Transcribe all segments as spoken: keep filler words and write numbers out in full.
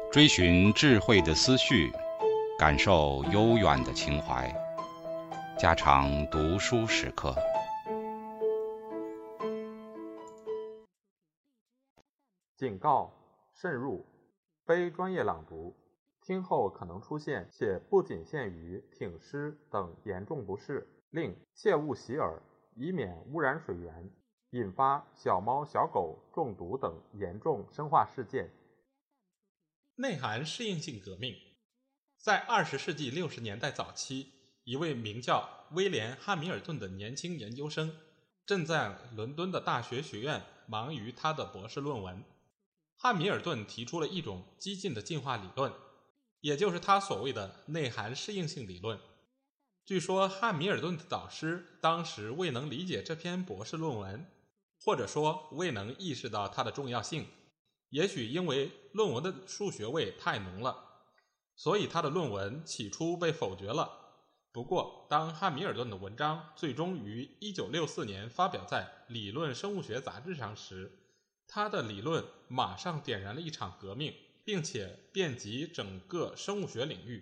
追寻智慧的思绪，感受悠远的情怀，家常读书时刻。 警告：慎入，非专业朗读，听后可能出现且不仅限于挺尸等严重不适，另切勿洗耳，以免污染水源，引发小猫小狗中毒等严重生化事件。 内涵适应性革命。在二十世纪六十年代早期，一位名叫威廉·汉密尔顿的年轻研究生正在伦敦的大学学院忙于他的博士论文。汉密尔顿提出了一种激进的进化理论，也就是他所谓的内涵适应性理论。据说汉密尔顿的导师当时未能理解这篇博士论文，或者说未能意识到它的重要性，也许因为论文的数学味太浓了，所以他的论文起初被否决了。不过当汉密尔顿的文章最终于一九六四年发表在《理论生物学杂志》上时，他的理论马上点燃了一场革命，并且遍及整个生物学领域。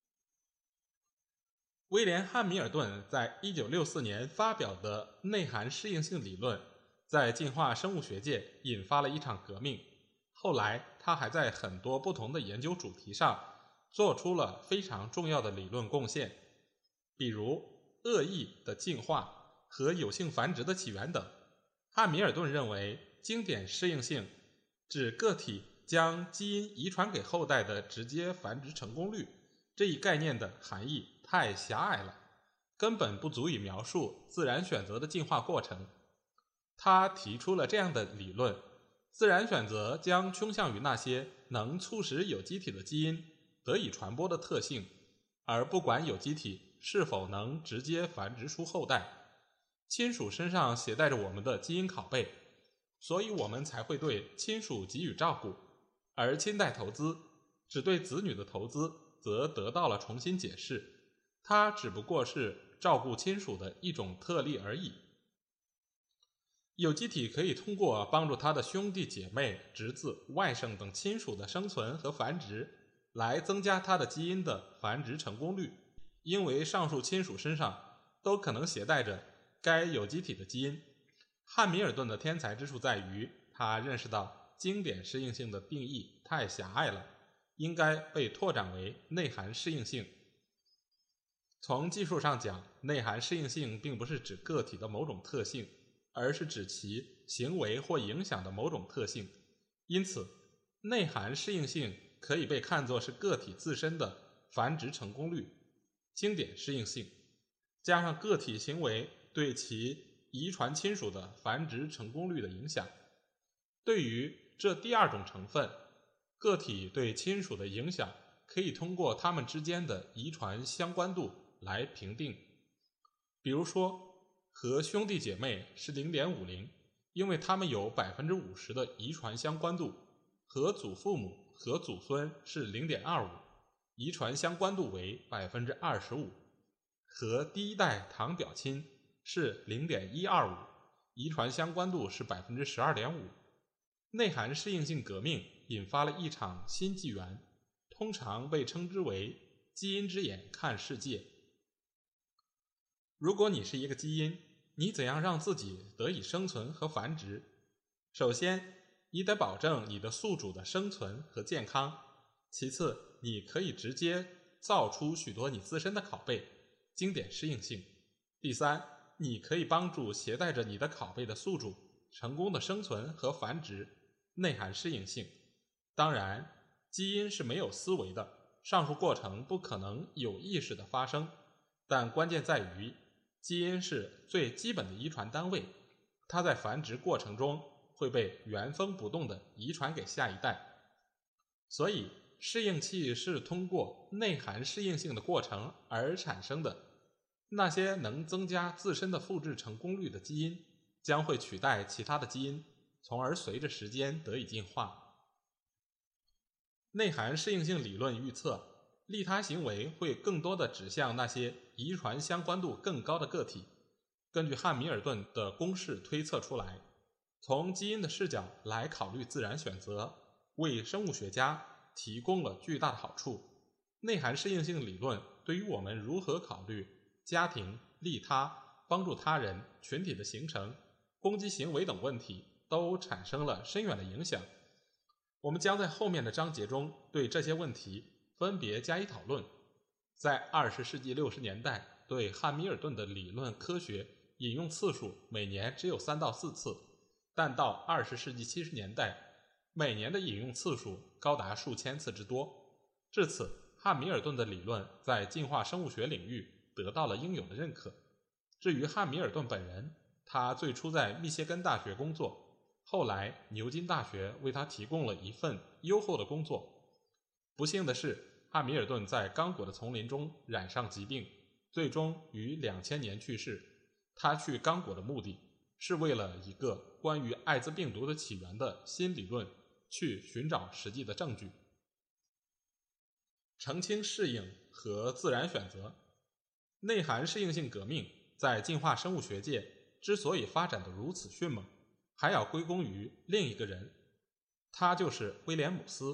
威廉·汉密尔顿在一九六四年发表的内涵适应性理论在进化生物学界引发了一场革命。后来他还在很多不同的研究主题上做出了非常重要的理论贡献，比如恶意的进化和有性繁殖的起源等。汉密尔顿认为，经典适应性指个体将基因遗传给后代的直接繁殖成功率，这一概念的含义太狭隘了，根本不足以描述自然选择的进化过程。他提出了这样的理论：自然选择将倾向于那些能促使有机体的基因得以传播的特性，而不管有机体是否能直接繁殖出后代。亲属身上携带着我们的基因拷贝，所以我们才会对亲属给予照顾，而亲代投资只对子女的投资则得到了重新解释，它只不过是照顾亲属的一种特例而已。有机体可以通过帮助他的兄弟姐妹、侄子、外甥等亲属的生存和繁殖，来增加他的基因的繁殖成功率，因为上述亲属身上都可能携带着该有机体的基因。汉密尔顿的天才之处在于，他认识到经典适应性的定义太狭隘了，应该被拓展为内涵适应性。从技术上讲，内涵适应性并不是指个体的某种特性，而是指其行为或影响的某种特性。因此，内涵适应性可以被看作是个体自身的繁殖成功率，经典适应性加上个体行为对其遗传亲属的繁殖成功率的影响。对于这第二种成分，个体对亲属的影响可以通过它们之间的遗传相关度来评定。比如说，和兄弟姐妹是 零点五零， 因为他们有 百分之五十 的遗传相关度；和祖父母和祖孙是 零点二五， 遗传相关度为 百分之二十五；和第一代堂表亲是 零点一二五， 遗传相关度是 百分之十二点五。 内涵适应性革命引发了一场新纪元，通常被称之为基因之眼看世界。如果你是一个基因，你怎样让自己得以生存和繁殖？首先，你得保证你的宿主的生存和健康；其次，你可以直接造出许多你自身的拷贝，经典适应性；第三，你可以帮助携带着你的拷贝的宿主成功的生存和繁殖，内涵适应性。当然，基因是没有思维的，上述过程不可能有意识的发生，但关键在于基因是最基本的遗传单位，它在繁殖过程中会被原封不动地遗传给下一代。所以适应器是通过内涵适应性的过程而产生的，那些能增加自身的复制成功率的基因将会取代其他的基因，从而随着时间得以进化。内涵适应性理论预测，利他行为会更多地指向那些遗传相关度更高的个体。根据汉密尔顿的公式推测出来，从基因的视角来考虑自然选择，为生物学家提供了巨大的好处。内涵适应性理论对于我们如何考虑家庭、利他、帮助他人、群体的形成、攻击行为等问题都产生了深远的影响。我们将在后面的章节中对这些问题分别加以讨论。在二十世纪六十年代，对汉密尔顿的理论科学引用次数每年只有三到四次，但到二十世纪七十年代，每年的引用次数高达数千次之多。至此，汉密尔顿的理论在进化生物学领域得到了应有的认可。至于汉密尔顿本人，他最初在密歇根大学工作，后来牛津大学为他提供了一份优厚的工作。不幸的是，汉密尔顿在刚果的丛林中染上疾病，最终于两千年去世。他去刚果的目的是为了一个关于艾滋病毒的起源的新理论去寻找实际的证据。澄清适应和自然选择。内涵适应性革命在进化生物学界之所以发展得如此迅猛，还要归功于另一个人，他就是威廉姆斯。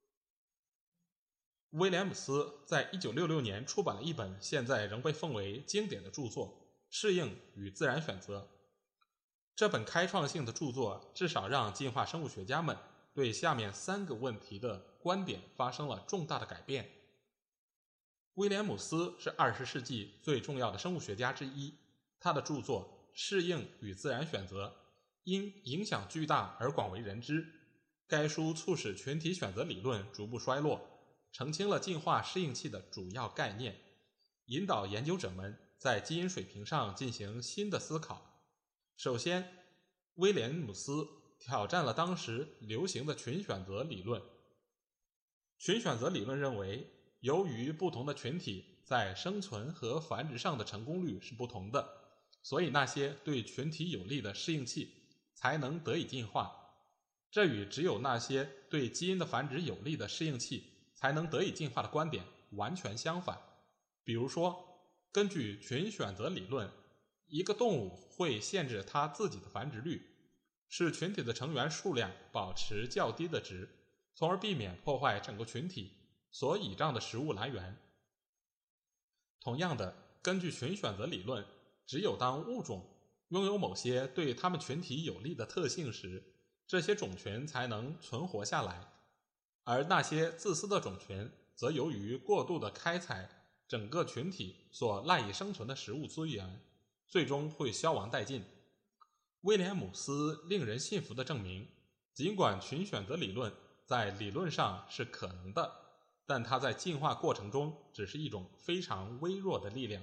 威廉姆斯在一九六六年出版了一本现在仍被奉为经典的著作《适应与自然选择》。这本开创性的著作至少让进化生物学家们对下面三个问题的观点发生了重大的改变。威廉姆斯是二十世纪最重要的生物学家之一，他的著作《适应与自然选择》因影响巨大而广为人知。该书促使群体选择理论逐步衰落，澄清了进化适应器的主要概念，引导研究者们在基因水平上进行新的思考。首先，威廉姆斯挑战了当时流行的群选择理论。群选择理论认为，由于不同的群体在生存和繁殖上的成功率是不同的，所以那些对群体有利的适应器才能得以进化。这与只有那些对基因的繁殖有利的适应器才能得以进化的观点完全相反。比如说，根据群选择理论，一个动物会限制它自己的繁殖率，使群体的成员数量保持较低的值，从而避免破坏整个群体所倚仗的食物来源。同样的，根据群选择理论，只有当物种拥有某些对它们群体有利的特性时，这些种群才能存活下来，而那些自私的种群则由于过度的开采整个群体所赖以生存的食物资源，最终会消亡殆尽。威廉姆斯令人信服地证明，尽管群选择理论在理论上是可能的，但它在进化过程中只是一种非常微弱的力量。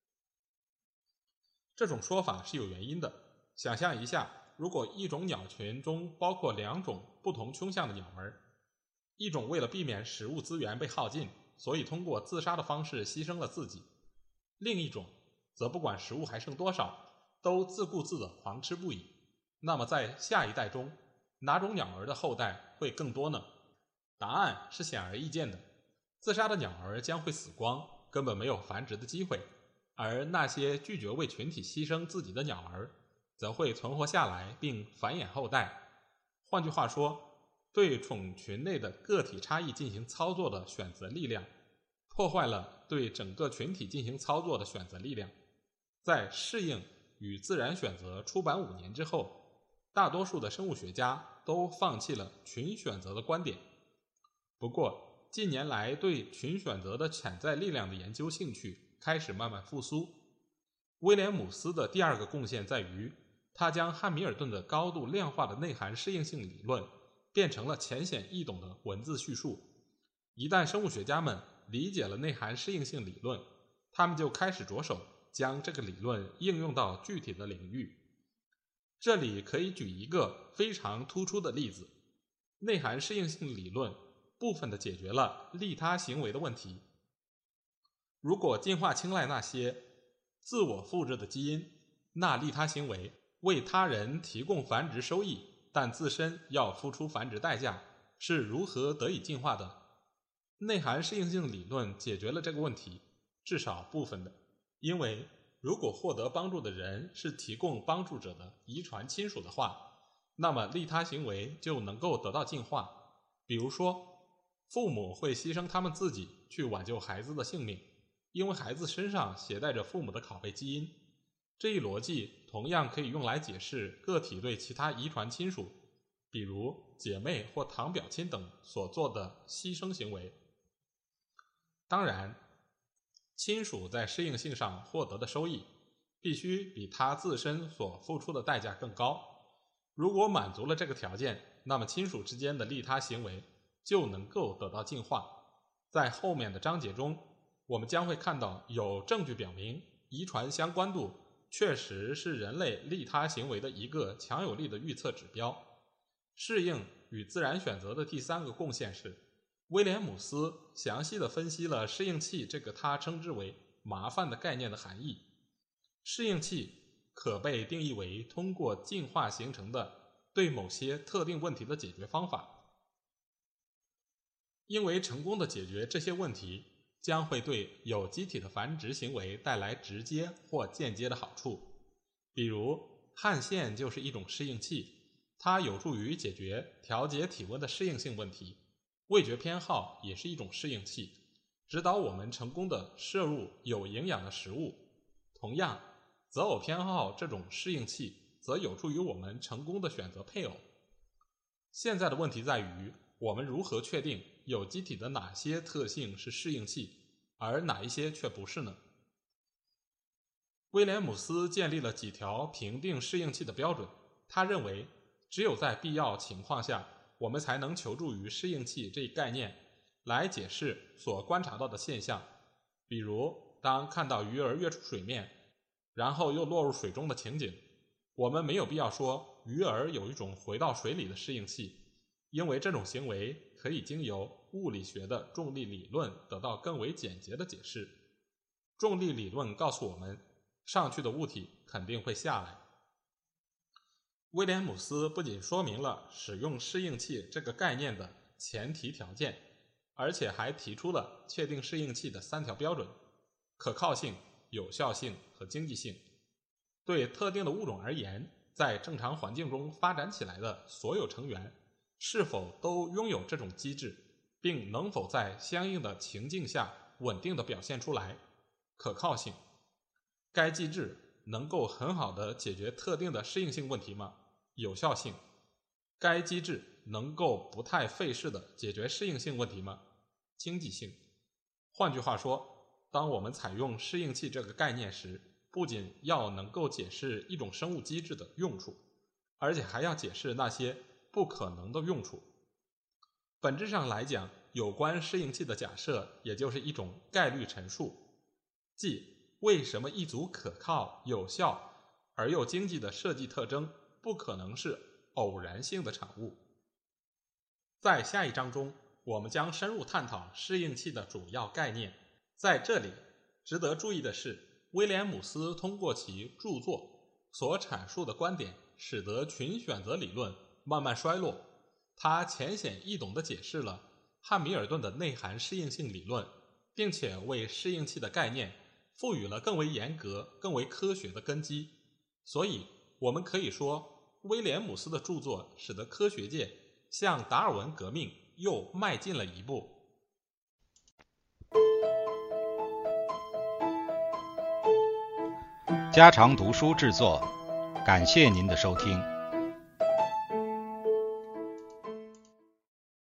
这种说法是有原因的。想象一下，如果一种鸟群中包括两种不同倾向的鸟儿，一种为了避免食物资源被耗尽，所以通过自杀的方式牺牲了自己，另一种则不管食物还剩多少，都自顾自地狂吃不已。那么在下一代中，哪种鸟儿的后代会更多呢？答案是显而易见的，自杀的鸟儿将会死光，根本没有繁殖的机会，而那些拒绝为群体牺牲自己的鸟儿则会存活下来并繁衍后代。换句话说，对种群内的个体差异进行操作的选择力量，破坏了对整个群体进行操作的选择力量。在《适应与自然选择》出版五年之后，大多数的生物学家都放弃了群选择的观点。不过，近年来对群选择的潜在力量的研究兴趣开始慢慢复苏。威廉姆斯的第二个贡献在于，他将汉密尔顿的高度量化的内涵适应性理论变成了浅显易懂的文字叙述。一旦生物学家们理解了内涵适应性理论，他们就开始着手将这个理论应用到具体的领域。这里可以举一个非常突出的例子，内涵适应性理论部分地解决了利他行为的问题。如果进化青睐那些自我复制的基因，那利他行为为他人提供繁殖收益，但自身要付出繁殖代价，是如何得以进化的？内涵适应性理论解决了这个问题，至少部分的。因为如果获得帮助的人是提供帮助者的遗传亲属的话，那么利他行为就能够得到进化。比如说， 父母会牺牲他们自己去挽救孩子的性命，因为孩子身上携带着父母的拷贝基因。这一逻辑同样可以用来解释个体对其他遗传亲属，比如姐妹或堂表亲等所做的牺牲行为。当然，亲属在适应性上获得的收益必须比他自身所付出的代价更高。如果满足了这个条件，那么亲属之间的利他行为就能够得到净化。在后面的章节中，我们将会看到有证据表明遗传相关度确实是人类利他行为的一个强有力的预测指标。适应与自然选择的第三个贡献是，威廉姆斯详细地分析了适应器这个他称之为麻烦的概念的含义。适应器可被定义为通过进化形成的对某些特定问题的解决方法，因为成功的解决这些问题将会对有机体的繁殖行为带来直接或间接的好处。比如汗腺就是一种适应器，它有助于解决调节体温的适应性问题。味觉偏好也是一种适应器，指导我们成功的摄入有营养的食物。同样，择偶偏好这种适应器则有助于我们成功的选择配偶。现在的问题在于，我们如何确定有机体的哪些特性是适应器，而哪一些却不是呢？威廉姆斯建立了几条评定适应器的标准。他认为，只有在必要情况下，我们才能求助于适应器这一概念来解释所观察到的现象。比如，当看到鱼儿跃出水面，然后又落入水中的情景，我们没有必要说鱼儿有一种回到水里的适应器，因为这种行为可以经由物理学的重力理论得到更为简洁的解释。重力理论告诉我们，上去的物体肯定会下来。威廉姆斯不仅说明了使用适应器这个概念的前提条件，而且还提出了确定适应器的三条标准：可靠性、有效性和经济性。对特定的物种而言，在正常环境中发展起来的所有成员是否都拥有这种机制，并能否在相应的情境下稳定地表现出来。可靠性，该机制能够很好地解决特定的适应性问题吗？有效性，该机制能够不太费事地解决适应性问题吗？经济性，换句话说，当我们采用适应器这个概念时，不仅要能够解释一种生物机制的用处，而且还要解释那些不可能的用处。本质上来讲，有关适应器的假设也就是一种概率陈述，即为什么一组可靠、有效而又经济的设计特征不可能是偶然性的产物。在下一章中，我们将深入探讨适应器的主要概念。在这里，值得注意的是，威廉姆斯通过其著作所阐述的观点，使得群选择理论慢慢衰落。他浅显易懂地解释了汉密尔顿的内涵适应性理论，并且为适应器的概念赋予了更为严格、更为科学的根基。所以，我们可以说，威廉姆斯的著作使得科学界向达尔文革命又迈进了一步。 家常读书制作，感谢您的收听。